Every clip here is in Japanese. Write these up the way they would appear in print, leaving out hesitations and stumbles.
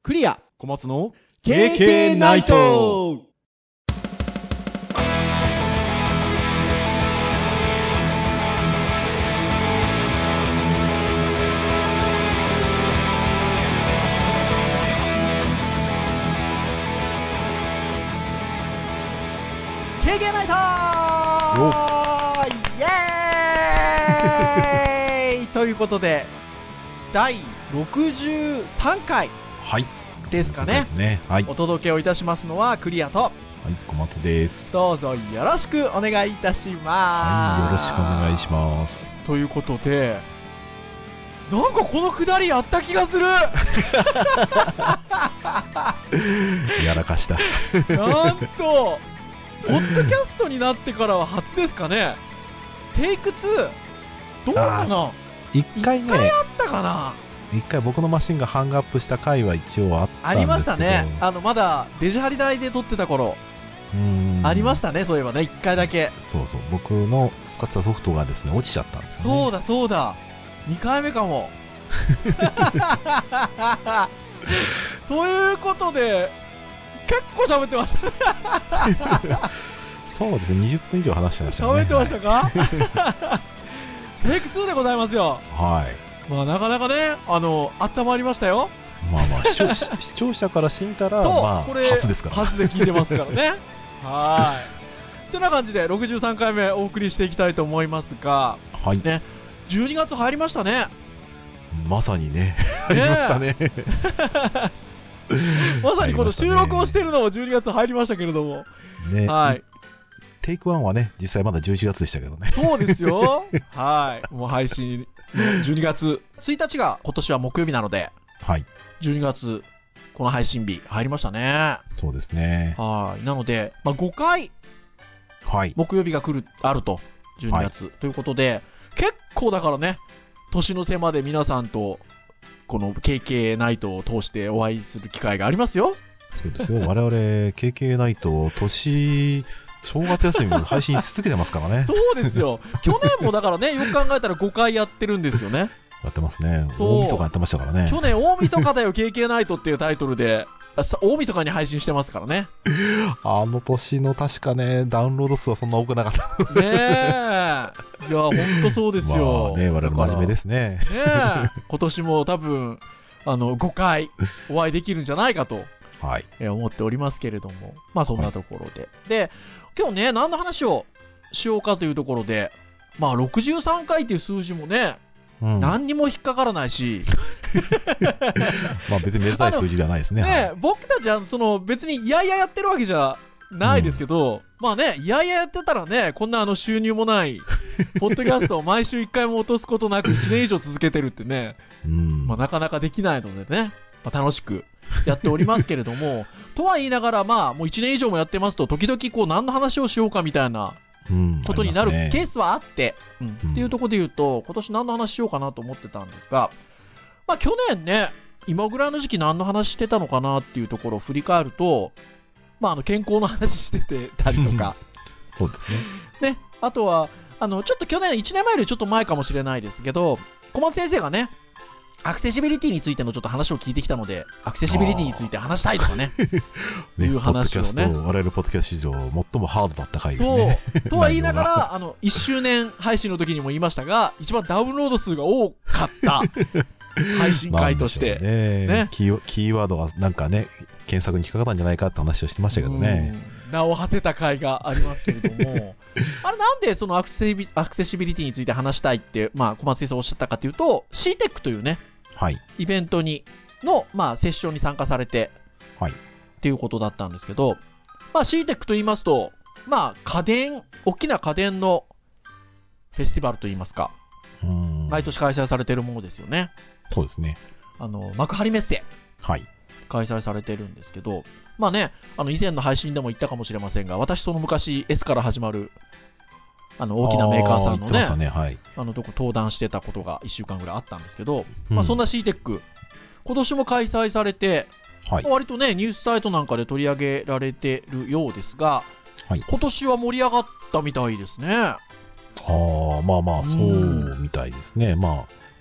クリア小松の KK ナイト。 KK ナイトイエーイということで第63回はいですかね。 ですね。はい。 お届けをいたしますのはクリアと、 はい、小松です。 どうぞよろしくお願いいたします。 はい、よろしくお願いします。 ということで、なんかこのくだりやった気がするやらかした。 なんとポッドキャストになってからは初ですかね。テイク2どうかな。 一回ね、 あったかな。 一回僕のマシンがハングアップした回は一応あったんですけど、 ありましたね。まだデジハリ台で撮ってた頃ありましたね。そういえばね、1回だけ。 そうそう、僕の使ってたソフトがですね落ちちゃったんですよね。 そうだそうだ、2回目かもということで結構喋ってましたねそうですね、20分以上話してましたね。 喋ってましたかテイク2でございますよ。 はい。 まあなかなかね、温まりましたよ。 まあまあ視聴者からしてみたら、まあ、 これ初ですから、 初で聞いてますからねはい。てな感じで63回目お送りしていきたいと思いますが、 はいね、12月入りましたね。 まさにね入りましたねまさにこの収録をしているのも12月入りましたけれども、 ね、 はい。 テイク1はね、実際まだ11月でしたけどね。 そうですよはい。もう配信12月1日が今年は木曜日なので、 はい。 12月この配信日入りましたね。 そうですね。 はい。なので、まあ、5回はい。 木曜日があると、12月、はい、ということで、結構だからね、年の瀬まで皆さんとこの KK ナイトを通してお会いする機会がありますよ。 そうですよ。我々 KK ナイト正月休みも配信し続けてますからね。 そうですよ。去年もだからね、よく考えたら5回やってるんですよね。 やってますね。大晦日やってましたからね。 去年大晦日だよ KK ナイトっていうタイトルで大晦日に配信してますからね。 あの年の確かね、ダウンロード数はそんな多くなかったねえ。いや、ほんとそうですよ。 まあね、我々真面目ですね。 ねえ。今年も多分5回お会いできるんじゃないかと、 はい、 思っておりますけれども、まあそんなところで、はい、で今日ね、何の話をしようかというところで、まあ63回っていう数字もね、何にも引っかからないしまあ別にめでたい数字ではないですね。 ね、僕たちは別にいやいややってるわけじゃないですけど、まあね、いやいややってたらね、こんな収入もないポッドキャストを毎週1回も落とすことなく1年以上続けてるってね、まあ、なかなかできないのでね、まあ、楽しくやっておりますけれどもとは言いながら、まあもう1年以上もやってますと、時々こう何の話をしようかみたいなことになるケースはあって、っていうところで言うと、今年何の話しようかなと思ってたんですが、まあ去年ね、今ぐらいの時期何の話してたのかなっていうところを振り返ると、まあ健康の話してたりとかそうですね。 ね、あとはちょっと去年1年前よりちょっと前かもしれないですけど、小松先生がね、アクセシビリティについてのちょっと話を聞いてきたので、アクセシビリティについて話したいとかねいう話をね、 我々ポッドキャスト史上最もハードだった回ですね。 そうとは言いながら1周年配信の時にも言いましたが、一番ダウンロード数が多かった配信回としてね、キーワードがなんかね、検索に引っかかったんじゃないかって話をしてましたけどね。 名を馳せた回がありますけれどもあれなんでそのアクセシビリティについて話したいって、まあ、小松先生おっしゃったかというと、 CTEC というね、はい、イベントの、まあ、セッションに参加されて、はい、っていうことだったんですけど、まあ、CTEC と言いますと、まあ、大きな家電のフェスティバルといいますか、毎年開催されているものですよね。 そうですね。 幕張メッセ、 はい、開催されてるんですけど、まあね、以前の配信でも言ったかもしれませんが、私その昔 S から始まる大きなメーカーさんのね、はい、とこ登壇してたことが1週間ぐらいあったんですけど、まあ、そんな CTEC 今年も開催されて、はい、割とねニュースサイトなんかで取り上げられてるようですが、はい、今年は盛り上がったみたいですね。 まあまあそうみたいですね。まあ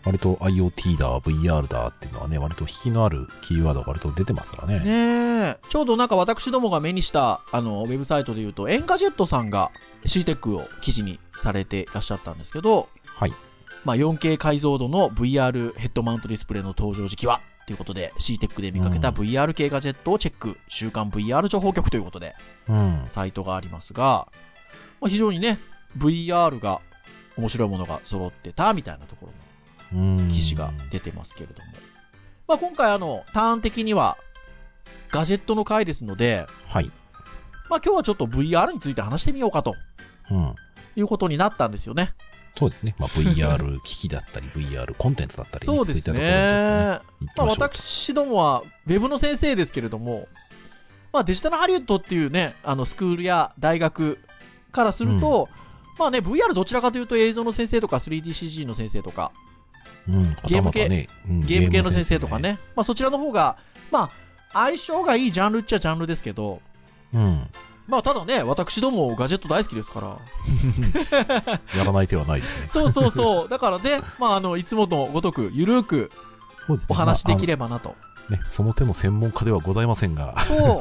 割と IoT だ、VR だっていうのはね、割と引きのあるキーワードが割と出てますからね。 ねえ。ちょうどなんか私どもが目にした、ウェブサイトで言うと、エンガジェットさんが CTEC を記事にされていらっしゃったんですけど、 はい。 まあ、4K 解像度の VR ヘッドマウントディスプレイの登場時期はということで、CTEC で見かけた VR 系ガジェットをチェック、週刊 VR 情報局ということで、サイトがありますが、まあ、非常にね、VR が面白いものが揃ってたみたいなところの記事が出てますけれども、まあ、今回ターン的にはガジェットの回ですので、 はい。 まあ、今日はちょっと VR について話してみようかと、いうことになったんですよね。 そうですね。まあ、VR 機器だったり、VR コンテンツだったり、 そうですね。まあ、私どもは Web の先生ですけれども、まあ、デジタルハリウッドっていうね、スクールや大学からすると、まあね、VR どちらかというと映像の先生とか 3DCG の先生とか、ゲーム系の先生とかね、まあ、そちらの方が、まあ、相性がいいジャンルっちゃジャンルですけど、まあ、ただね、私どもガジェット大好きですから。 やらない手はないですね。 そうそうそう。だからね、まあ、いつものごとく、ゆるく、お話できればなと。 ね、その手の専門家ではございませんが。 そう。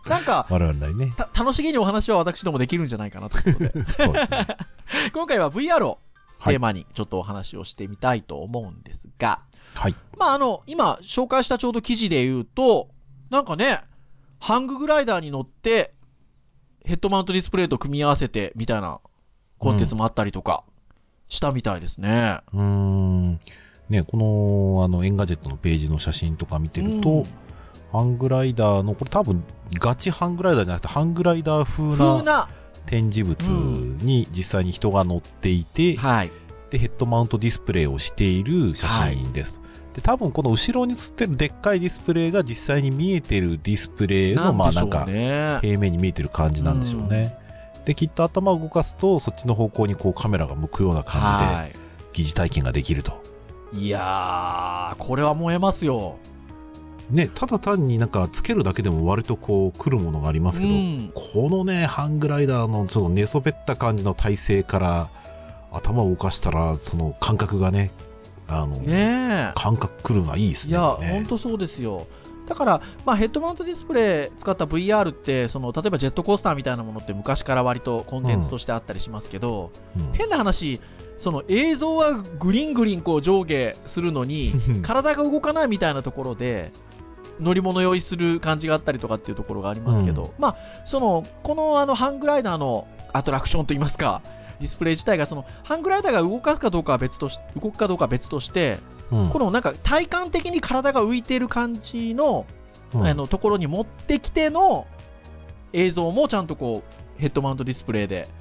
なんか、 我々なりね。 楽しげにお話は私どもできるんじゃないかなということで。そうですね。今回は VR をテーマにちょっとお話をしてみたいと思うんですが、 はい。 まあ、今、紹介したちょうど記事で言うと、なんかね、ハンググライダーに乗って、ヘッドマウントディスプレイと組み合わせてみたいなコンテンツもあったりとかしたみたいですね。 ね、このエンガジェットのページの写真とか見てると、ハングライダーの、これ多分ガチハングライダーじゃなくてハングライダー風な展示物に実際に人が乗っていて、でヘッドマウントディスプレイをしている写真です。で多分この後ろに写ってるでっかいディスプレイが実際に見えてるディスプレイのまあなんか平面に見えてる感じなんでしょうね。できっと頭を動かすとそっちの方向にこうカメラが向くような感じで疑似体験ができると。 いやー、これは燃えますよ。 ね、ただ単になんかつけるだけでも割とこう来るものがありますけど、このねハングライダーのちょっと寝そべった感じの体勢から頭を動かしたらその感覚がね感覚来るのはいいですね。 いや、本当そうですよ。だから、まあ、ヘッドマウントディスプレイ使った VR って例えばジェットコースターみたいなものって昔から割とコンテンツとしてあったりしますけど、変な話、映像はグリングリンこう上下するのに体が動かないみたいなところで乗り物酔いする感じがあったりとかっていうところがありますけど、まあ、このハングライダーのアトラクションといいますか、ディスプレイ自体がハングライダーが動くかどうかは別として、このなんか体感的に体が浮いている感じの、ところに持ってきての映像もちゃんとこうヘッドマウントディスプレイで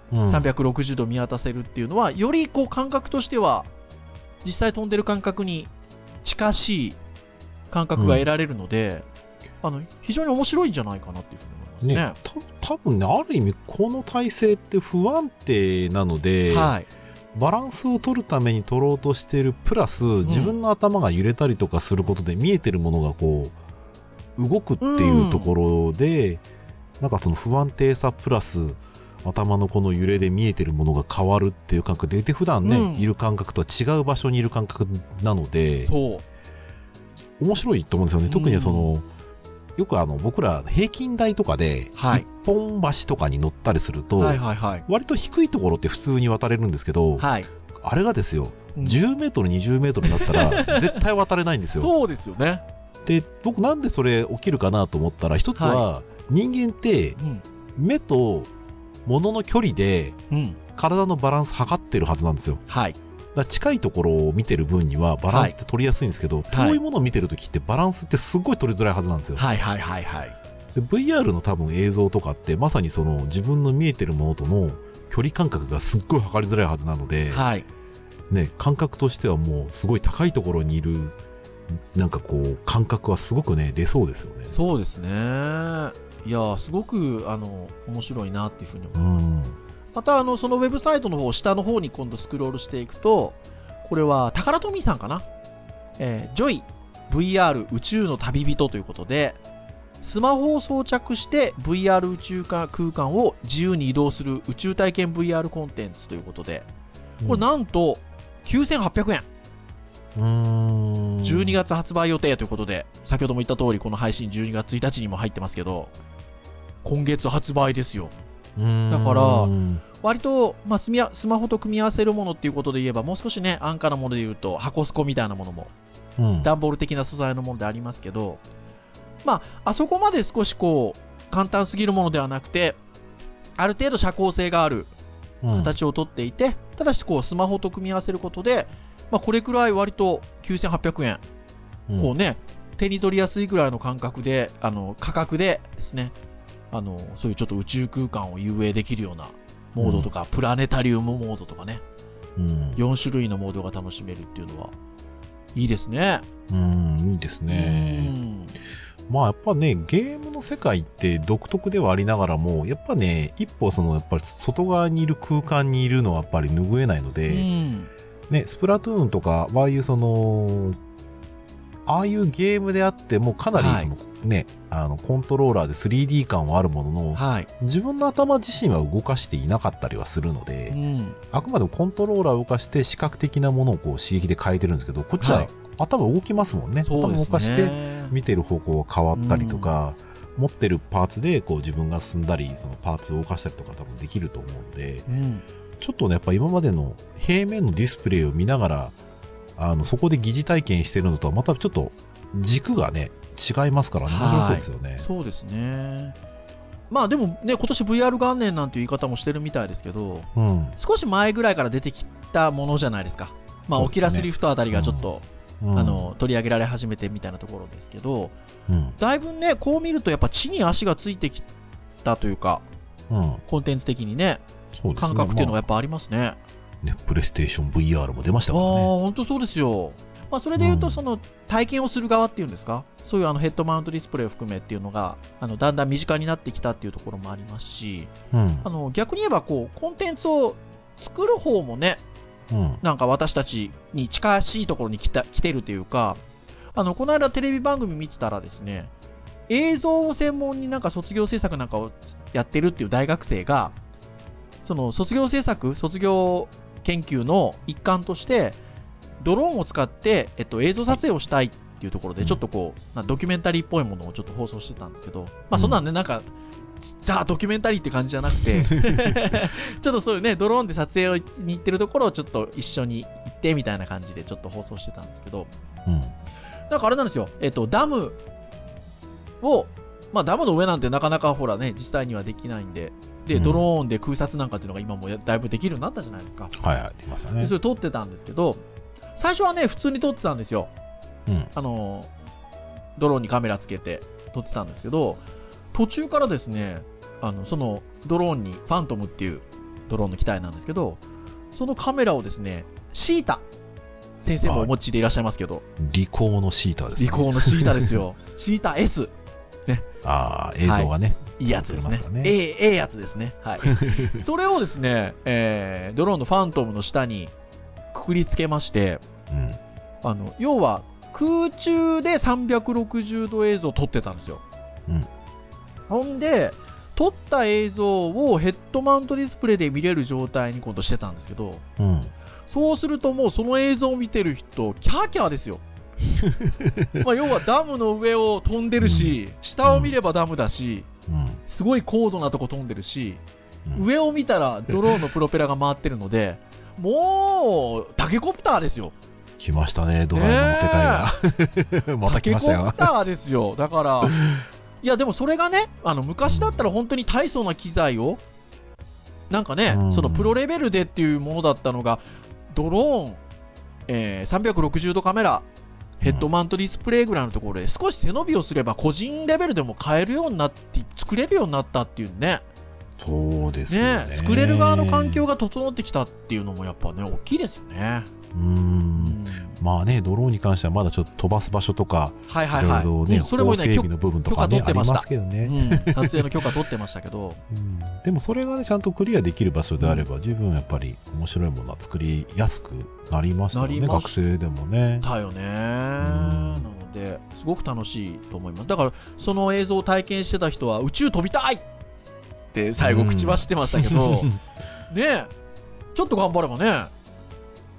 360度見渡せるっていうのは、よりこう感覚としては実際飛んでる感覚に近しい感覚が得られるので、非常に面白いんじゃないかなっていうふうに思いますね。 多分ね、ある意味この体勢って不安定なので、バランスを取るために取ろうとしているプラス、自分の頭が揺れたりとかすることで見えてるものがこう動くっていうところで、なんかその不安定さプラス頭のこの揺れで見えてるものが変わるっていう感覚で、普段ね、いる感覚とは違う場所にいる感覚なので、面白いと思うんですよね。特によく僕ら平均台とかで一本橋とかに乗ったりすると、割と低いところって普通に渡れるんですけど、あれがですよ、10メートル20メートルになったら絶対渡れないんですよ。 そうですよね。 で、僕なんでそれ起きるかなと思ったら、一つは人間って目と物の距離で体のバランス測ってるはずなんですよ。だ近いところを見てる分にはバランスって取りやすいんですけど、遠いものを見てるときってバランスってすごい取りづらいはずなんですよ。で VR の多分映像とかってまさに自分の見えてるものとの距離感覚がすっごい測りづらいはずなので、ね、感覚としてはもうすごい高いところにいるなんかこう感覚はすごくね出そうですよね。 そうですね。いやすごく面白いなっていうふうに思います。またそのウェブサイトの方下の方に今度スクロールしていくと、これはタカラトミーさんかな、ジョイ VR 宇宙の旅人ということで、スマホを装着して VR 宇宙空間を自由に移動する宇宙体験 VR コンテンツということで、これなんと9800円。 12月発売予定ということで、先ほども言った通りこの配信12月1日にも入ってますけど、今月発売ですよ。だから割と、スマホと組み合わせるものっていうことで言えば、もう少しね安価なもので言うと箱スコみたいなものも、段ボール的な素材のものでありますけど、あそこまで少しこう簡単すぎるものではなくて、ある程度社交性がある形をとっていて、ただしこうスマホと組み合わせることで、これくらい割と9800円、こうね手に取りやすいぐらいの感覚で、価格でですね、そういうちょっと宇宙空間を遊泳できるようなモードとか、プラネタリウムモードとかね、4種類のモードが楽しめるっていうのはいいですね。 いいですね。やっぱね、ゲームの世界って独特ではありながらも、やっぱね、一歩やっぱり外側にいる空間にいるのはやっぱり拭えないので、ね、スプラトゥーンとか、ああいうああいうゲームであってもかなりコントローラーで 3D 感はあるものの、自分の頭自身は動かしていなかったりはするので、あくまでもコントローラーを動かして視覚的なものをこう刺激で変えてるんですけど、こっちは頭動きますもんね。頭動かして見てる方向が変わったりとか、持ってるパーツでこう自分が進んだり、そのパーツを動かしたりとか多分できると思うんで、ちょっとねやっぱ今までの平面のディスプレイを見ながらそこで疑似体験してるのとはまたちょっと軸がね違いますからね、面白そうですよね。そうですね。 でもね、今年 VR 元年なんていう言い方もしてるみたいですけど、少し前ぐらいから出てきたものじゃないですか。オキュラスリフトあたりがちょっと、取り上げられ始めてみたいなところですけど、だいぶねこう見るとやっぱ地に足がついてきたというか、コンテンツ的にね、感覚っていうのがやっぱありますね。 プレイステーション VR も出ましたからね。 本当そうですよ。それでいうと、その体験をする側っていうんですか、そういうヘッドマウントディスプレイを含めっていうのがだんだん身近になってきたっていうところもありますし、逆に言えばこうコンテンツを作る方もね、なんか私たちに近しいところに来てるというか、この間テレビ番組見てたらですね、映像を専門になんか卒業制作なんかをやってるっていう大学生が、その卒業制作、卒業研究の一環としてドローンを使って、映像撮影をしたいっていうところで、ちょっとこうドキュメンタリーっぽいものをちょっと放送してたんですけど、そんなんね、なんかじゃあドキュメンタリーって感じじゃなくてちょっとそういうねドローンで撮影に行ってるところをちょっと一緒に行ってみたいな感じでちょっと放送してたんですけど、なんかあれなんですよ、ダムを、ダムの上なんてなかなかほらね実際にはできないんで、ドローンで空撮なんかっていうのが今もだいぶできるようになったじゃないですか。 できましたね。 でそれ撮ってたんですけど、最初はね普通に撮ってたんですよ。ドローンにカメラつけて撮ってたんですけど、途中からですね、そのドローンにファントムっていうドローンの機体なんですけど、そのカメラをですね、シータ先生もお持ちでいらっしゃいますけど、 リコーのシータですね。 リコーのシータですよ。シータ S ね。 映像がね、 いいやつですね。ええやつですね。それをですね、ドローンのファントムの下にくくりつけまして、要は空中で360度映像を撮ってたんですよ。ほんで撮った映像をヘッドマウントディスプレイで見れる状態に今度してたんですけど、そうするともうその映像を見てる人キャーキャーですよ。要はダムの上を飛んでるし、下を見ればダムだし、すごい高度なとこ飛んでるし、上を見たらドローンのプロペラが回ってるので、もうタケコプターですよ。 来ましたね、ドラえもんの世界が。また来ましたよ。 タケコプターですよ。だからいやでもそれがね、昔だったら本当に大層な機材をなんかね、そのプロレベルでっていうものだったのが、ドローン、360度カメラ、ヘッドマウントディスプレイぐらいのところで少し背伸びをすれば個人レベルでも買えるようになって、作れるようになったっていうね。 そうですよね。 作れる側の環境が整ってきたっていうのもやっぱね大きいですよね。 まあね、ドローンに関してはまだちょっと飛ばす場所とか、いろいろね、 それもね、 整備の部分とかねありますけどね。 撮影の許可取ってましたけど、 でもそれがねちゃんとクリアできる場所であれば、十分やっぱり面白いものは作りやすくなりますよね。学生でもね。だよね。なのですごく楽しいと思います。だからその映像を体験してた人は宇宙飛びたいって最後口走ってましたけど、ね、ちょっと頑張ればね。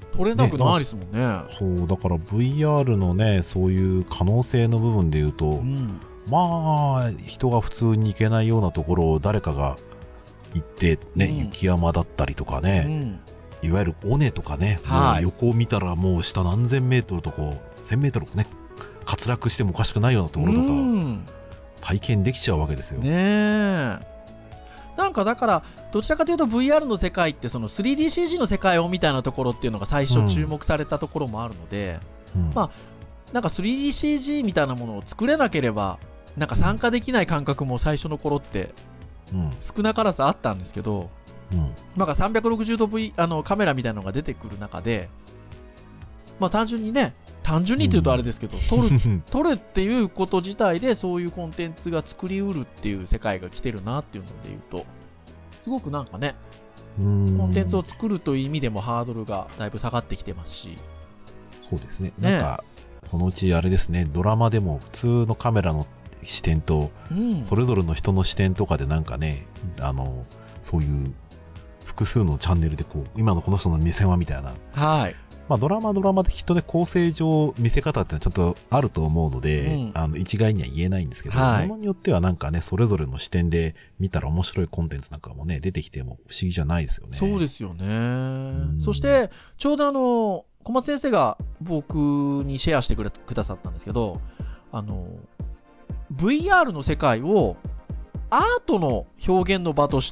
撮れなくないですもんね。 そうだから VR のねそういう可能性の部分で言うと、まあ人が普通に行けないようなところを誰かが行ってね、雪山だったりとかね、いわゆる尾根とかね、もう横を見たらもう下何千メートルとこう1000メートルね滑落してもおかしくないようなところとか体験できちゃうわけですよね。なんかだからどちらかというと VR の世界ってその 3DCG の世界をみたいなところっていうのが最初注目されたところもあるので、まあなんか 3DCG みたいなものを作れなければなんか参加できない感覚も最初の頃って少なからずあったんですけど、なんか360度、カメラみたいなのが出てくる中で、まあ単純にって言うとあれですけど、撮るっていうこと自体でそういうコンテンツが作りうるっていう世界が来てるなっていうので言うと、すごくなんかね、コンテンツを作るという意味でもハードルがだいぶ下がってきてますし。 そうですね。なんかそのうちあれですね、ドラマでも普通のカメラの視点と、それぞれの人の視点とかでなんかね、そういう複数のチャンネルでこう今のこの人の目線はみたいな、 はい、 まあ、ドラマできっとね構成上見せ方ってのはちゃんとあると思うので、一概には言えないんですけど、ものによってはなんかねそれぞれの視点で見たら面白いコンテンツなんかもね出てきても不思議じゃないですよね。 そうですよね。そしてちょうど小松先生が僕にシェアしてくださったんですけど、VR の世界をアートの表現の場として、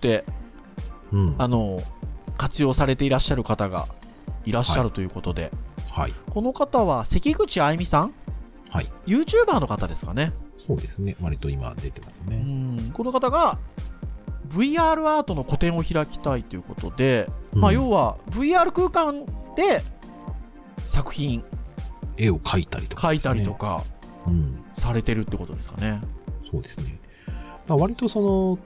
活用されていらっしゃる方がいらっしゃるということで、この方は関口愛美さん、YouTuber の方ですかね。 そうですね、割と今出てますね。 この方が VR アートの個展を開きたいということで、まあ、要は VR 空間で作品絵を描いたりとか、 されてるってことですかね。 そうですね。割とその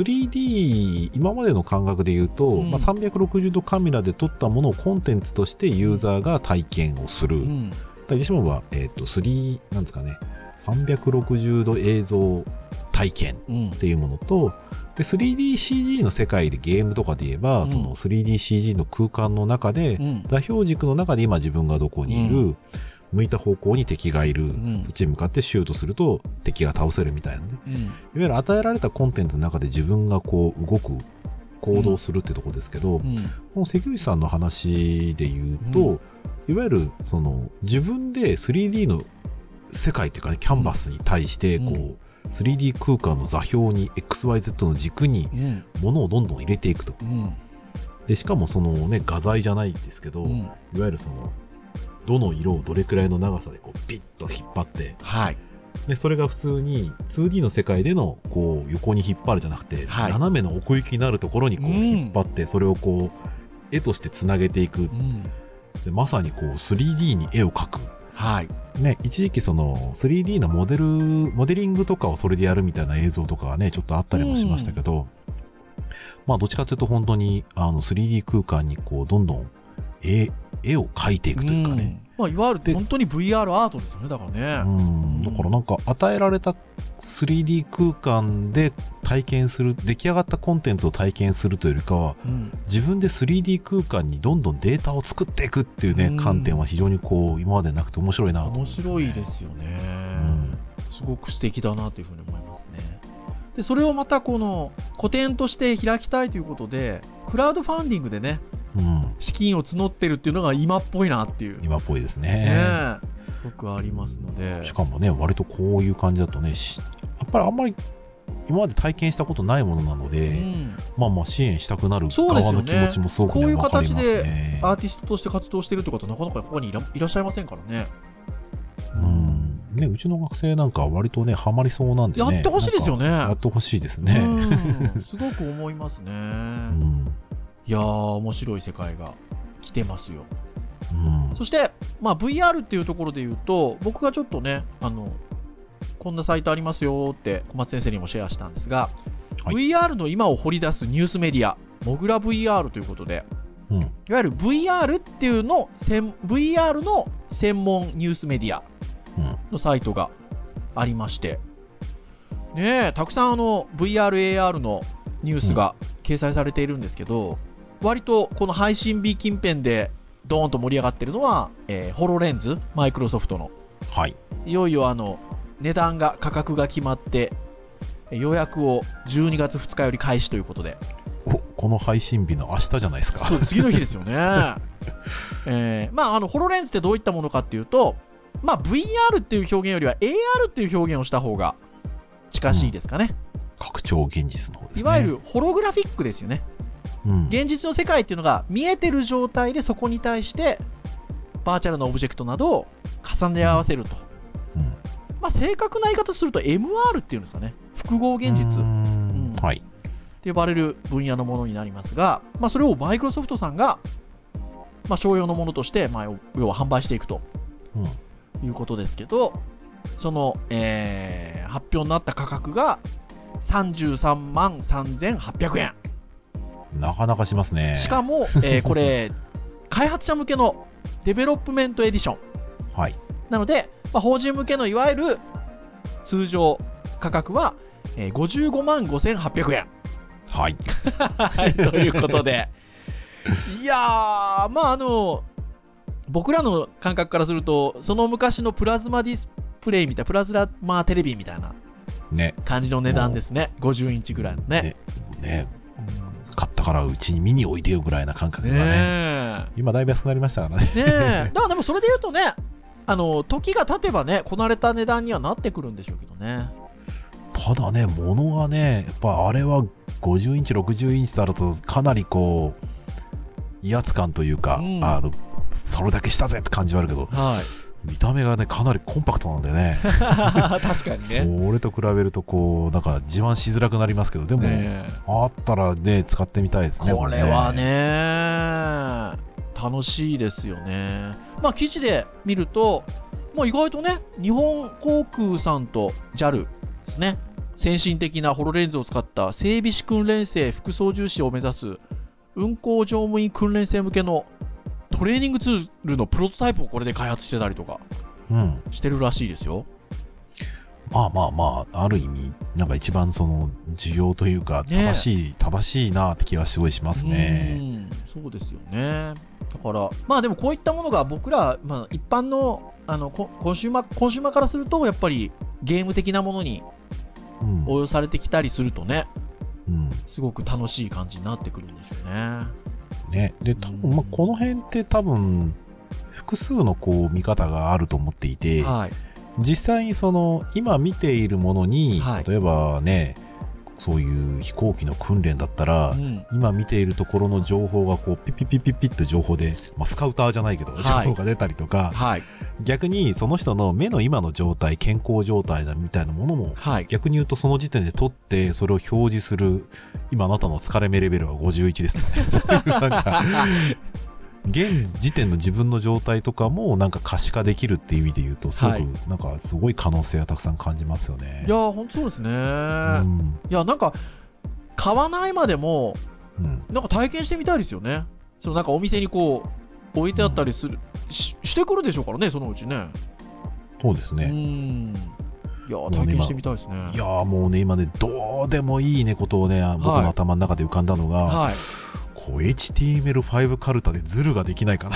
3D 今までの感覚で言うと、360度カメラで撮ったものをコンテンツとしてユーザーが体験をする。言ってしまえば、なんですかね、360度映像体験っていうものと、で 3DCG の世界でゲームとかで言えば、その 3DCG の空間の中で、座標軸の中で今自分がどこにいる、向いた方向に敵がいる、そっちに向かってシュートすると敵が倒せるみたいなね、いわゆる与えられたコンテンツの中で自分がこう動く行動するってとこですけど、この関口さんの話で言うと、いわゆるその自分で 3D の世界というかねキャンバスに対してこう、3D 空間の座標に XYZ の軸に物をどんどん入れていくと、でしかもそのね画材じゃないですけど、いわゆるそのどの色をどれくらいの長さでこうピッと引っ張って、でそれが普通に 2D の世界でのこう横に引っ張るじゃなくて、斜めの奥行きになるところにこう引っ張って、それをこう絵としてつなげていく、でまさにこう 3D に絵を描く、ね、一時期その 3D のモデリングとかをそれでやるみたいな映像とかがねちょっとあったりもしましたけど、まあどっちかというと本当に3D 空間にこうどんどん絵を描いていくというかね、 まあ、いわゆる本当に VR アートですよね。だからね、 だからなんか与えられた 3D 空間で体験する、出来上がったコンテンツを体験するというよりかは、自分で 3D 空間にどんどんデータを作っていくっていうね、観点は非常にこう今までなくて面白いなと思いますね。 面白いですよね、すごく素敵だなというふうに思いますね。でそれをまたこの個展として開きたいということでクラウドファンディングでね、資金を募ってるっていうのが今っぽいなっていう、 今っぽいですね、 すごくありますので、 しかもね割とこういう感じだとね、やっぱりあんまり今まで体験したことないものなので、まあまあ支援したくなる側の気持ちもすごくね、分かりますね。こういう形でアーティストとして活動してるって方なかなかここにいらっしゃいませんからね。 ね、うちの学生なんか割とねハマりそうなんでね、 やってほしいですよね。 やってほしいですね。 すごく思いますね。いやー面白い世界が来てますよ。そして、まあ、VR っていうところで言うと僕がちょっとねこんなサイトありますよって小松先生にもシェアしたんですが、VR の今を掘り出すニュースメディアモグラ VR ということで、いわゆる VR っていうVR の専門ニュースメディアのサイトがありまして、ね、たくさんVR、AR のニュースが掲載されているんですけど、割とこの配信日近辺でドーンと盛り上がってるのは、ホロレンズ、マイクロソフトの。 はい。 いよいよ価格が決まって、予約を12月2日より開始ということで。 この配信日の明日じゃないですか。 そう、次の日ですよね。ホロレンズってどういったものかっていうと、VR っていう表現よりは AR っていう表現をした方が近しいですかね。 拡張現実の方ですね。 いわゆるホログラフィックですよね。現実の世界っていうのが見えてる状態で、そこに対してバーチャルなオブジェクトなどを重ね合わせると。正確な言い方すると MR っていうんですかね。複合現実。 はい。 って呼ばれる分野のものになりますが、それをマイクロソフトさんが、商用のものとして、要は販売していくと、いうことですけど、その、発表になった価格が33万3800円。 なかなかしますね。 しかも、これ、開発者向けのデベロップメントエディション。 はい。 なので、法人向けのいわゆる通常価格は、55万5800円。 はい。 はい、ということで。いやー、僕らの感覚からすると、その昔のプラズマディスプレイみたいな、プラズマテレビみたいな感じの値段ですね。50インチぐらいのね。 買ったからうちに見に置いてよぐらいな感覚がね。今だいぶ安くなりましたからね。 だからでもそれで言うとね、時が経てばね、こなれた値段にはなってくるんでしょうけどね。 ただね、物がね、やっぱあれは50インチ、60インチとなると、かなりこう、威圧感というか、それだけしたぜって感じはあるけど、見た目がね、かなりコンパクトなんでね。 確かにね。 それと比べると、こう、なんか自慢しづらくなりますけど、でも、あったらね、使ってみたいですね。 これはね、楽しいですよね。記事で見ると、意外とね、日本航空さんと JAL ですね、先進的なホロレンズを使った整備士訓練生副操縦士を目指す運航乗務員訓練生向けのトレーニングツールのプロトタイプをこれで開発してたりとかしてるらしいですよ。 ある意味、なんか一番その需要というか、正しいなって気はすごいしますね。 そうですよね。だからでもこういったものが僕ら、一般のコンシューマーからすると、やっぱりゲーム的なものに応用されてきたりするとね、すごく楽しい感じになってくるんでしょうね。 で、多分この辺って多分複数のこう見方があると思っていて、実際にその今見ているものに、例えばね、そういう飛行機の訓練だったら、今見ているところの情報がこうピッピッピッピッピッと情報で、スカウターじゃないけど情報が出たりとか、逆にその人の目の今の状態、健康状態みたいなものも、逆に言うとその時点で取ってそれを表示する、今あなたの疲れ目レベルは51ですとかね、そういうなんか現時点の自分の状態とかもなんか可視化できるっていう意味で言うと、すごくなんかすごい可能性はたくさん感じますよね。 いやー、本当そうですね。いや、なんか買わないまでも、なんか体験してみたいですよね。そのなんかお店にこう置いてあったりする、してくるでしょうからね、そのうちね。 そうですね。 いやー、体験してみたいですね。 いやー、もうね、今ね、どうでもいいねことをね、僕の頭の中で浮かんだのが、こう HTML5 カルタでズルができないかな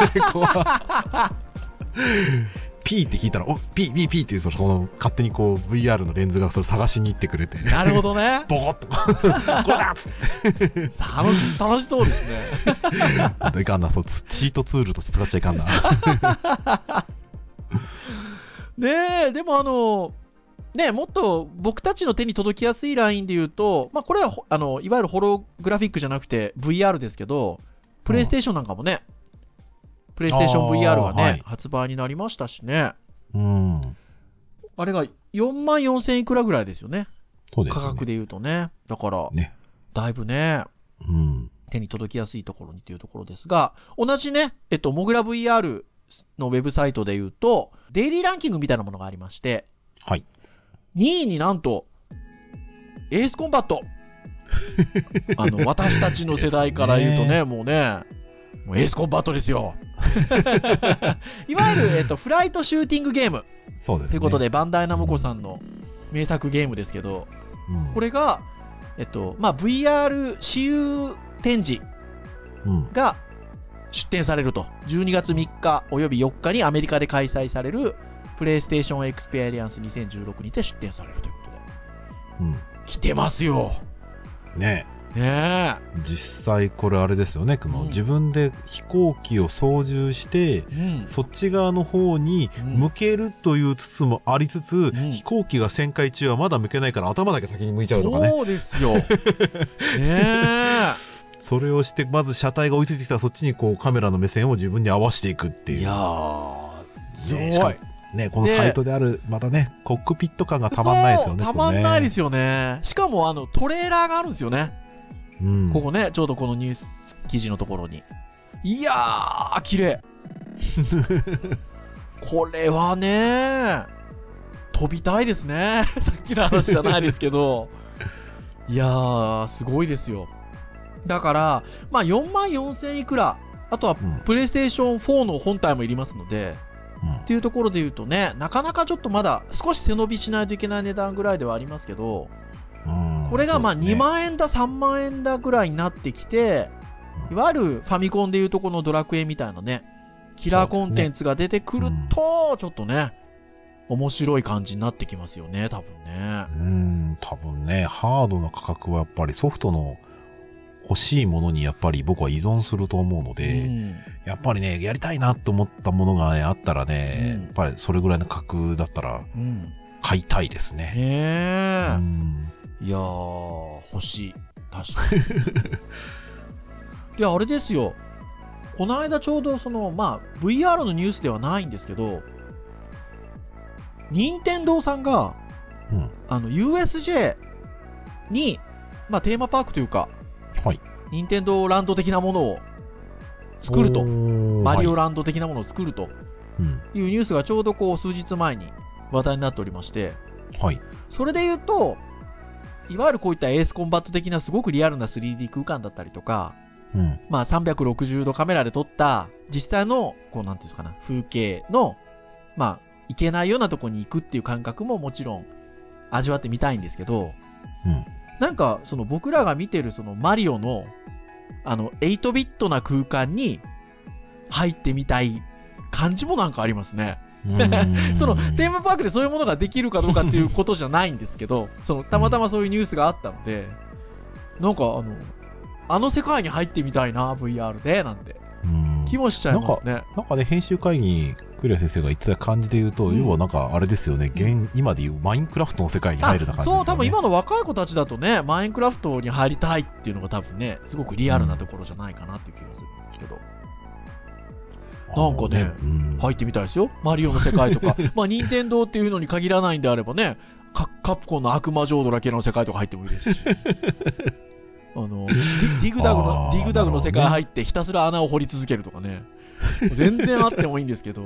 P って聞いたら、P っていう、その勝手にこう VR のレンズがそれ探しに行ってくれて、 なるほどね。 ボコッとこれだっつって楽しそうですね。 いかんな、そうチートツールとして使っちゃいかんな。 ねえ、でももっと僕たちの手に届きやすいラインで言うと、これはいわゆるホログラフィックじゃなくて VR ですけど、プレイステーションなんかもね、プレイステーション VR がね、発売になりましたしね。あれが4万4000いくらぐらいですよね。価格で言うとね。だから、だいぶね、手に届きやすいところにというところですが、同じね、モグラ VR のウェブサイトで言うと、デイリーランキングみたいなものがありまして、2位になんとエースコンバット私たちの世代から言うとね、もうエースコンバットですよ。いわゆる、フライトシューティングゲームということで、バンダイナムコさんの名作ゲームですけど、これが、VR 私有展示が、 出展されると。12月3日および4日にアメリカで開催されるプレイステーションエクスペリエンス2016にて出展されるということで、来てますよね。実際これあれですよね、自分で飛行機を操縦して、そっち側の方に向けるという筒もありつつ、飛行機が旋回中はまだ向けないから頭だけ先に向いちゃうとかね。 そうですよそれをしてまず車体が追いついてきたらそっちにこうカメラの目線を自分に合わせていくっていう。いやーすごいね、このサイトであるまたねコックピット感がたまんないですよね。 たまんないですよね。しかもトレーラーがあるんですよね。ここね、ちょうどこのニュース記事のところに。いやー綺麗これはね飛びたいですねさっきの話じゃないですけどいやーすごいですよ。だからまあ44,000いくら、あとはプレイステーション4の本体もいりますので、っていうところで言うとね、なかなかちょっとまだ少し背伸びしないといけない値段ぐらいではありますけど、これがまあ2万円だ3万円だぐらいになってきて、いわゆるファミコンでいうとこのドラクエみたいなねキラーコンテンツが出てくるとちょっとね面白い感じになってきますよね、多分ね。 多分ね、ハードな価格はやっぱりソフトの欲しいものにやっぱり僕は依存すると思うので、やっぱりねやりたいなと思ったものが、ね、あったらね、やっぱりそれぐらいの価格だったら買いたいですね。いやー欲しい、確かにであれですよ、この間ちょうどVR のニュースではないんですけど、任天堂さんが、USJ に、テーマパークというか、任天堂ランド的なものを作ると、マリオランド的なものを作るというニュースがちょうどこう数日前に話題になっておりまして、それで言うといわゆるこういったエースコンバット的なすごくリアルな 3D 空間だったりとか、360度カメラで撮った実際のこうなんていうんですかな、風景の行けないようなとこに行くっていう感覚ももちろん味わってみたいんですけど、なんかその僕らが見てるそのマリオの8ビットな空間に入ってみたい感じもなんかありますねそのテーマパークでそういうものができるかどうかっていうことじゃないんですけどたまたまそういうニュースがあったので、なんか世界に入ってみたいな VR でなんて気もしちゃいますね。 なんかね、編集会議にクリア先生が言ってた感じで言うと、要はなんかあれですよね、今でいうマインクラフトの世界に入るな感じですよね。 そう、多分今の若い子たちだとね、マインクラフトに入りたいっていうのが多分ね、すごくリアルなところじゃないかなっていう気がするんですけど、なんかね、入ってみたいですよ、マリオの世界とか任天堂っていうのに限らないんであればね、カプコンの悪魔城ドラ系の世界とか入ってもいいですしディグダグの世界入ってひたすら穴を掘り続けるとかね全然あってもいいんですけど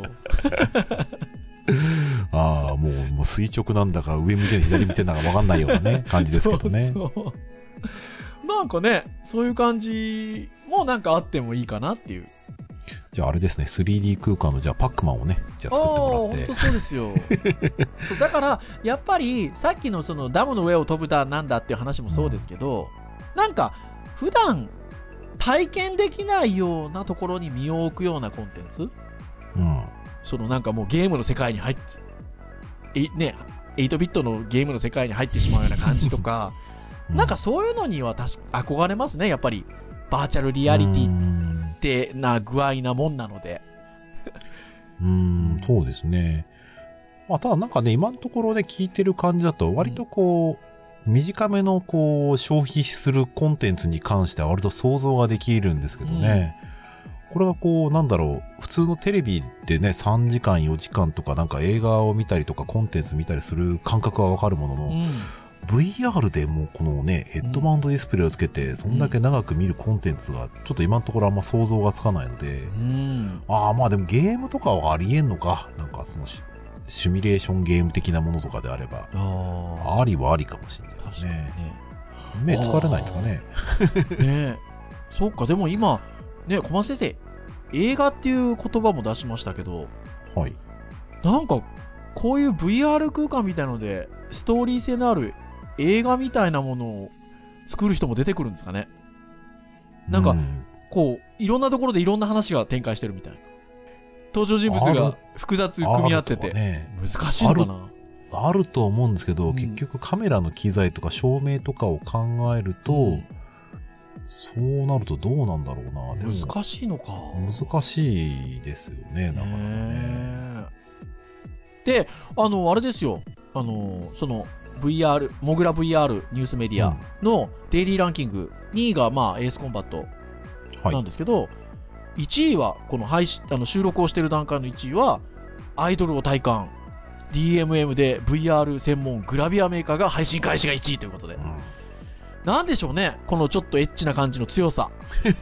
もう垂直なんだか上見て左見てんだか分かんないようなね感じですけどね。 そうなんかね、そういう感じもなんかあってもいいかなっていう。 じゃああれですね、3D 空間のじゃあパックマンをね、じゃあ作ってもらって。 本当そうですよそうだからやっぱりさっきのそのダムの上を飛ぶだなんだっていう話もそうですけど、なんか普段体験できないようなところに身を置くようなコンテンツ、そのなんかもうゲームの世界に入って8ビットのゲームの世界に入ってしまうような感じとかなんかそういうのには憧れますね、やっぱりバーチャルリアリティってな具合なもんなのでそうですね。ただなんかね、今のところね聞いてる感じだと割とこう、短めのこう消費するコンテンツに関しては割と想像ができるんですけどね、これがこうなんだろう、普通のテレビでね3時間4時間とかなんか映画を見たりとかコンテンツ見たりする感覚はわかるものの、VR でもうこのねヘッドマウントディスプレイをつけてそんだけ長く見るコンテンツがちょっと今のところあんま想像がつかないので、でもゲームとかはありえんのか、なんかそのシミュレーションゲーム的なものとかであればありはありかもしれないですね。目疲れないんですかねね。そうか、でも今ね、小松先生映画っていう言葉も出しましたけど、なんかこういう VR 空間みたいのでストーリー性のある映画みたいなものを作る人も出てくるんですかね。なんかこう、いろんなところでいろんな話が展開してるみたいな。登場人物が複雑組み合ってて、ね、難しいのかな。 あると思うんですけど、結局カメラの機材とか照明とかを考えると、そうなるとどうなんだろうな。でも難しいのか。 難しいですよね、なかなかね。 で、あれですよ。その VR、モグラ VR ニュースメディアのデイリーランキング、2位がまあエースコンバットなんですけど、1位は、この収録をしている段階の1位は、アイドルを体感、DMM で VR 専門グラビアメーカーが配信開始が1位ということで。なんでしょうね、このちょっとエッチな感じの強さ。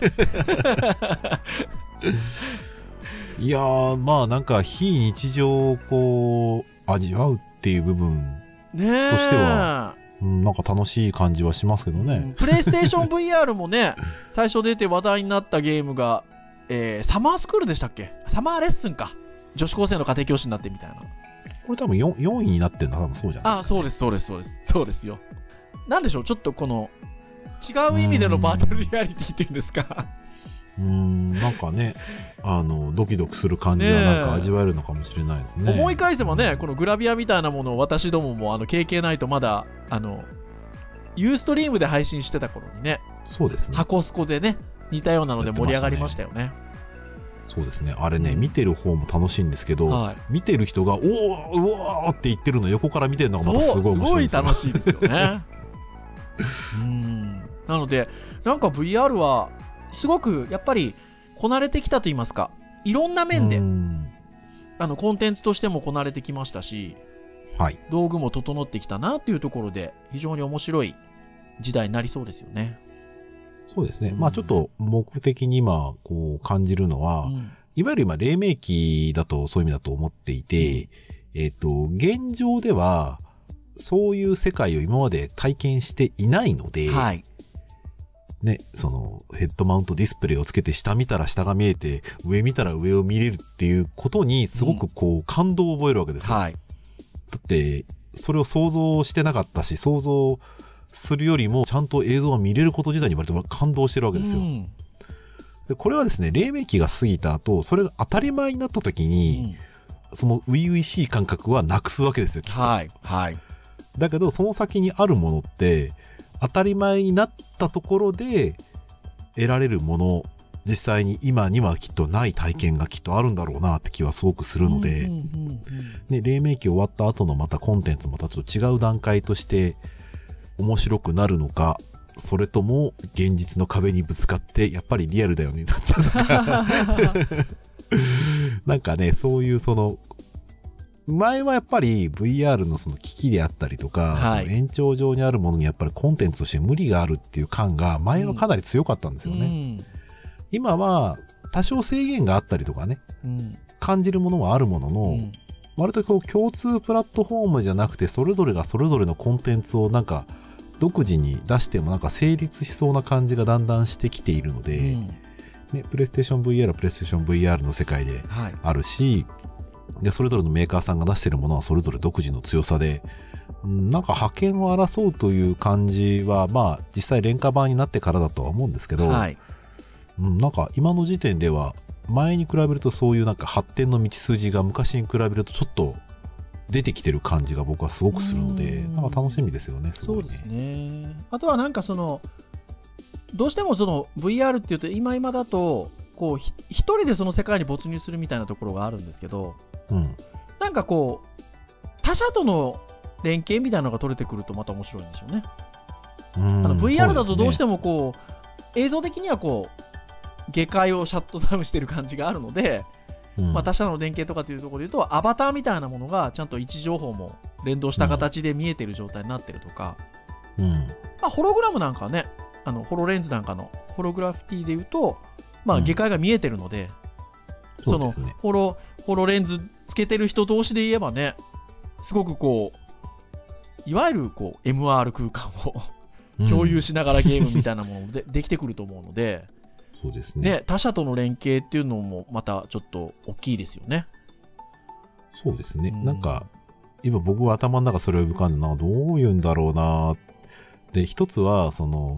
いやー、まあなんか非日常をこう味わうっていう部分としては、なんか楽しい感じはしますけどね。 プレイステーション VR もね、最初出て話題になったゲームが、サマースクールでしたっけ？サマーレッスンか。女子高生の家庭教師になってみたいな。 これ多分 4位になってるのは多分そうじゃないですか。 そうです、そうです、そうです。そうですよ。なんでしょう、ちょっとこの、違う意味でのバーチャルリアリティっていうんですか。 なんかね、ドキドキする感じはなんか味わえるのかもしれないですね。 思い返せばね、このグラビアみたいなものを私どももKKナイトまだ、ユーストリームで配信してた頃にね、 そうですね。 ハコスコでね、似たようなので盛り上がりましたよね。 そうですね。あれね、見てる方も楽しいんですけど、見てる人が、おー、うわーって言ってるの横から見てるのがまたすごい面白いですよ。 すごい楽しいですよね。なので、なんか VR は、すごくやっぱりこなれてきたと言いますか、いろんな面でコンテンツとしてもこなれてきましたし、道具も整ってきたなっていうところで非常に面白い時代になりそうですよね。 そうですね。まあちょっと目的に今こう感じるのは、いわゆる今黎明期だとそういう意味だと思っていて、現状ではそういう世界を今まで体験していないので、ね、そのヘッドマウントディスプレイをつけて下見たら下が見えて上見たら上を見れるっていうことにすごくこう感動を覚えるわけですよ。だってそれを想像してなかったし、想像するよりもちゃんと映像が見れること自体に割と感動してるわけですよ。でこれはですね、黎明期が過ぎた後、それが当たり前になった時に、その初々しい感覚はなくすわけですよ、きっと。だけどその先にあるものって当たり前になったところで得られるもの、実際に今にはきっとない体験がきっとあるんだろうなって気はすごくするので、黎明期終わった後のまたコンテンツもまたちょっと違う段階として面白くなるのか、それとも現実の壁にぶつかってやっぱりリアルだよねになっちゃうのかなんかね、そういうその前はやっぱり VR のその機器であったりとか、その延長上にあるものにやっぱりコンテンツとして無理があるっていう感が前はかなり強かったんですよね。今は多少制限があったりとかね、感じるものはあるものの、割とこう共通プラットフォームじゃなくてそれぞれがそれぞれのコンテンツをなんか独自に出してもなんか成立しそうな感じがだんだんしてきているので、プレイステーション VR はプレイステーション VR の世界であるし、でそれぞれのメーカーさんが出しているものはそれぞれ独自の強さで、なんか覇権を争うという感じはまあ実際廉価版になってからだとは思うんですけど、なんか今の時点では前に比べるとそういうなんか発展の道筋が昔に比べるとちょっと出てきてる感じが僕はすごくするので、なんか楽しみですよね。 そうですね。あとはなんかそのどうしてもその VR っていうと今だとこう一人でその世界に没入するみたいなところがあるんですけど、なんかこう他者との連携みたいなのが取れてくるとまた面白いんでしょうね。VR だとどうしてもこう映像的にはこう下界をシャットダウンしてる感じがあるので、他者の連携とかというところで言うとアバターみたいなものがちゃんと位置情報も連動した形で見えてる状態になってるとか、ホログラムなんかね、ホロレンズなんかのホログラフィティで言うと、下界が見えてるので、そのホロレンズつけてる人同士で言えばね、すごくこういわゆるこう MR 空間を共有しながらゲームみたいなものでできてくると思うので、 そうですね。 他者との連携っていうのもまたちょっと大きいですよね。 そうですね。なんか今僕は頭の中それを浮かんでどういうんだろうな。で一つはその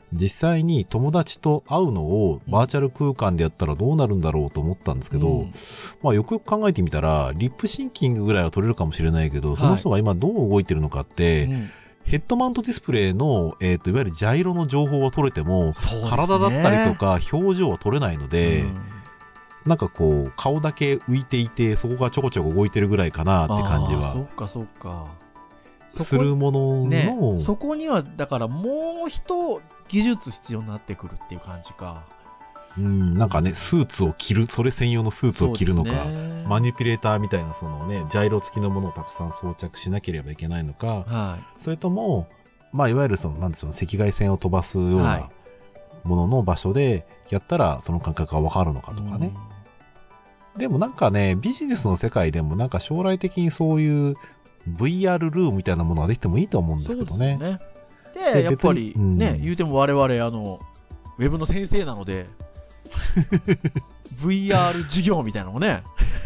実際に友達と会うのをバーチャル空間でやったらどうなるんだろうと思ったんですけど、まあ、よくよく考えてみたらリップシンキングぐらいは取れるかもしれないけど、その人が今どう動いてるのかって、ヘッドマウントディスプレイの、いわゆるジャイロの情報は取れても、体だったりとか表情は取れないので、なんかこう顔だけ浮いていてそこがちょこちょこ動いてるぐらいかなって感じはするものの、 そこにはだからもう一技術必要になってくるっていう感じか。 なんかね、スーツを着る、それ専用のスーツを着るのか、マニピュレーターみたいなそのね、ジャイロ付きのものをたくさん装着しなければいけないのか、それとも、まあ、いわゆるその、なんでしょう、赤外線を飛ばすようなものの場所でやったら、その感覚がわかるのかとかね。でもなんかね、ビジネスの世界でもなんか将来的にそういう VR ルームみたいなものができてもいいと思うんですけどね。 で、やっぱりね、言うても我々、ウェブの先生なので、VR 授業みたいなのもね。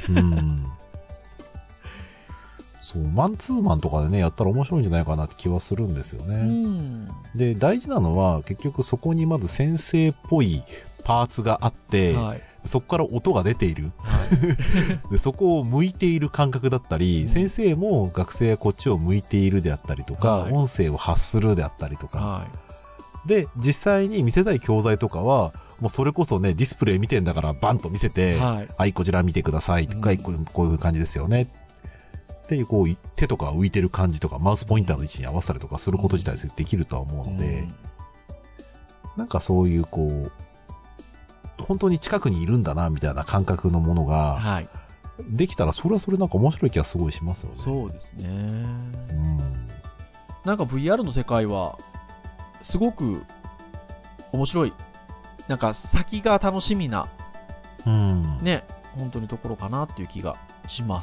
そう、マンツーマンとかでね、やったら面白いんじゃないかなって気はするんですよね。で、大事なのは、結局そこにまず先生っぽいパーツがあって、そこから音が出ている、でそこを向いている感覚だったり、先生も学生がこっちを向いているであったりとか、音声を発するであったりとか、で実際に見せたい教材とかはもうそれこそね、ディスプレイ見てんだからバンと見せて、はい、こちら見てくださいとか、こういう感じですよねっていう、こう手とか浮いてる感じとかマウスポインターの位置に合わせたりとかすること自体できるとは思うので、なんかそういうこう本当に近くにいるんだなみたいな感覚のものができたら、それはそれなんか面白い気がすごいしますよね。 そうですね。なんか VR の世界はすごく面白い、なんか先が楽しみな、ね、本当にところかなっていう気がします。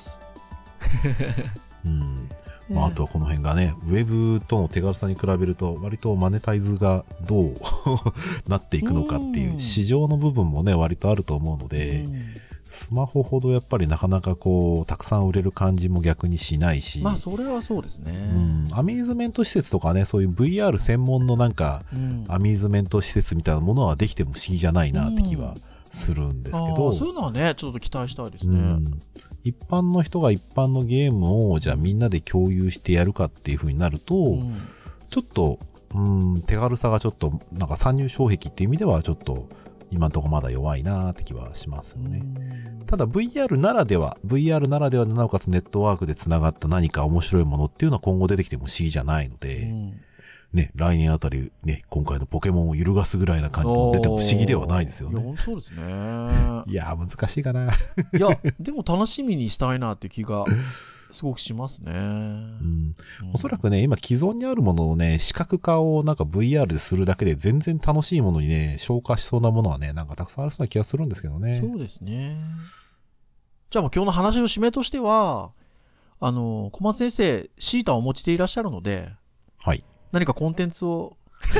まあ、あとはこの辺がね、ウェブとの手軽さに比べると割とマネタイズがどうなっていくのかっていう市場の部分もね割とあると思うので、スマホほどやっぱりなかなかこうたくさん売れる感じも逆にしないし、 まあそれはそうですね。 アミューズメント施設とかね、そういう VR 専門のなんか、アミューズメント施設みたいなものはできても不思議じゃないなって気はするんですけど、 そういうのはねちょっと期待したいですね。 一般の人が一般のゲームをじゃあみんなで共有してやるかっていう風になると、ちょっと手軽さがちょっとなんか参入障壁っていう意味ではちょっと今のところまだ弱いなーって気はしますよね。ただ VR ならではでなおかつネットワークでつながった何か面白いものっていうのは今後出てきても不思議じゃないので、ね、来年あたりね、今回のポケモンを揺るがすぐらいな感じも出ても不思議ではないですよね。 いや、そうですね。 いや、難しいかな。 いや、でも楽しみにしたいなって気がすごくしますね。 おそらくね、今既存にあるものをね、視覚化をなんか VR でするだけで全然楽しいものにね、消化しそうなものはね、なんかたくさんあるそうな気がするんですけどね。 そうですね。じゃあもう今日の話の締めとしては、小松先生、シータをお持ちでいらっしゃるので、 はい。 何かコンテンツを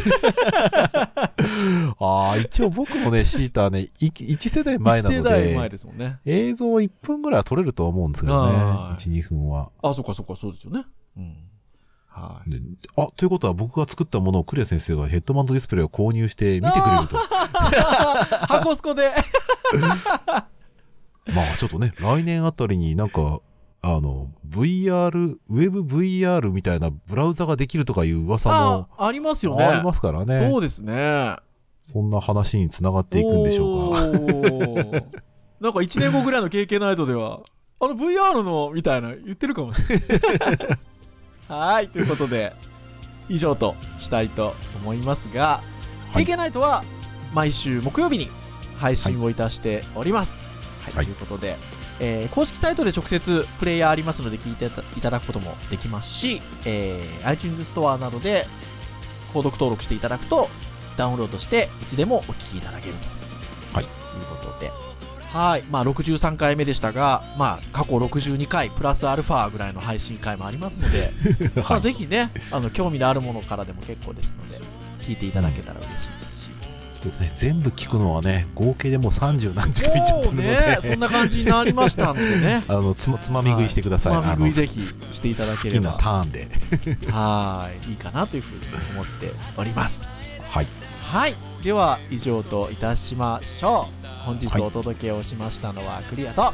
一応僕もね、シータね、1世代前なので、 1世代前ですもんね。 映像1分ぐらいは撮れると思うんですけどね、1、2分は。 そっか、そうですよね。 ということは僕が作ったものをクレア先生がヘッドマウントディスプレイを購入して見てくれると。 箱スコで。 まあちょっとね、来年あたりになんか、VR、ウェブ VR みたいなブラウザができるとかいう噂もありますよね。 ありますからね。 そうですね。 そんな話につながっていくんでしょうか。 なんか1年後ぐらいの経験ナイトでは、VR のみたいな言ってるかもしれない。はい、ということで、以上としたいと思いますが、経験ナイトは毎週木曜日に配信をいたしております。ということで、公式サイトで直接プレイヤーありますので聞いていただくこともできますし、iTunes ストアなどで購読登録していただくとダウンロードしていつでもお聞きいただけると、いうことで、63回目でしたが、過去62回プラスアルファぐらいの配信回もありますので、ぜひね、興味のあるものからでも結構ですので聞いていただけたら嬉しいですし、 そうですね、全部聞くのはね、合計でもう30何時間いっちゃってるので、 そんな感じになりましたのでね。 つまみ食いしてください。 つまみ食いぜひしていただければ。 好きなターンで。 いいかなというふうに思っております。 はい。 はい、では以上といたしましょう。本日お届けをしましたのはクリアと、 はい、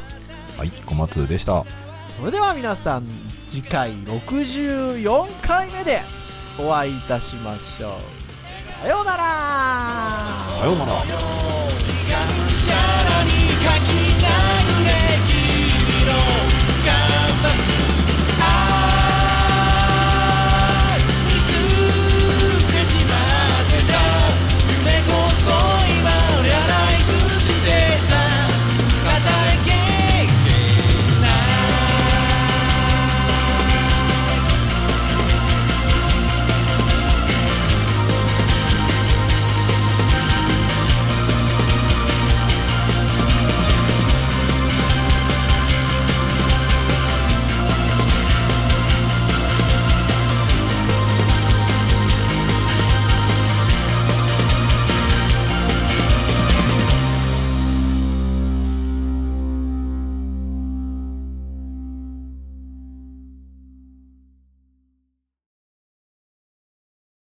小松でした。 それでは皆さん、次回64回目でお会いいたしましょう。さようなら。 さようなら。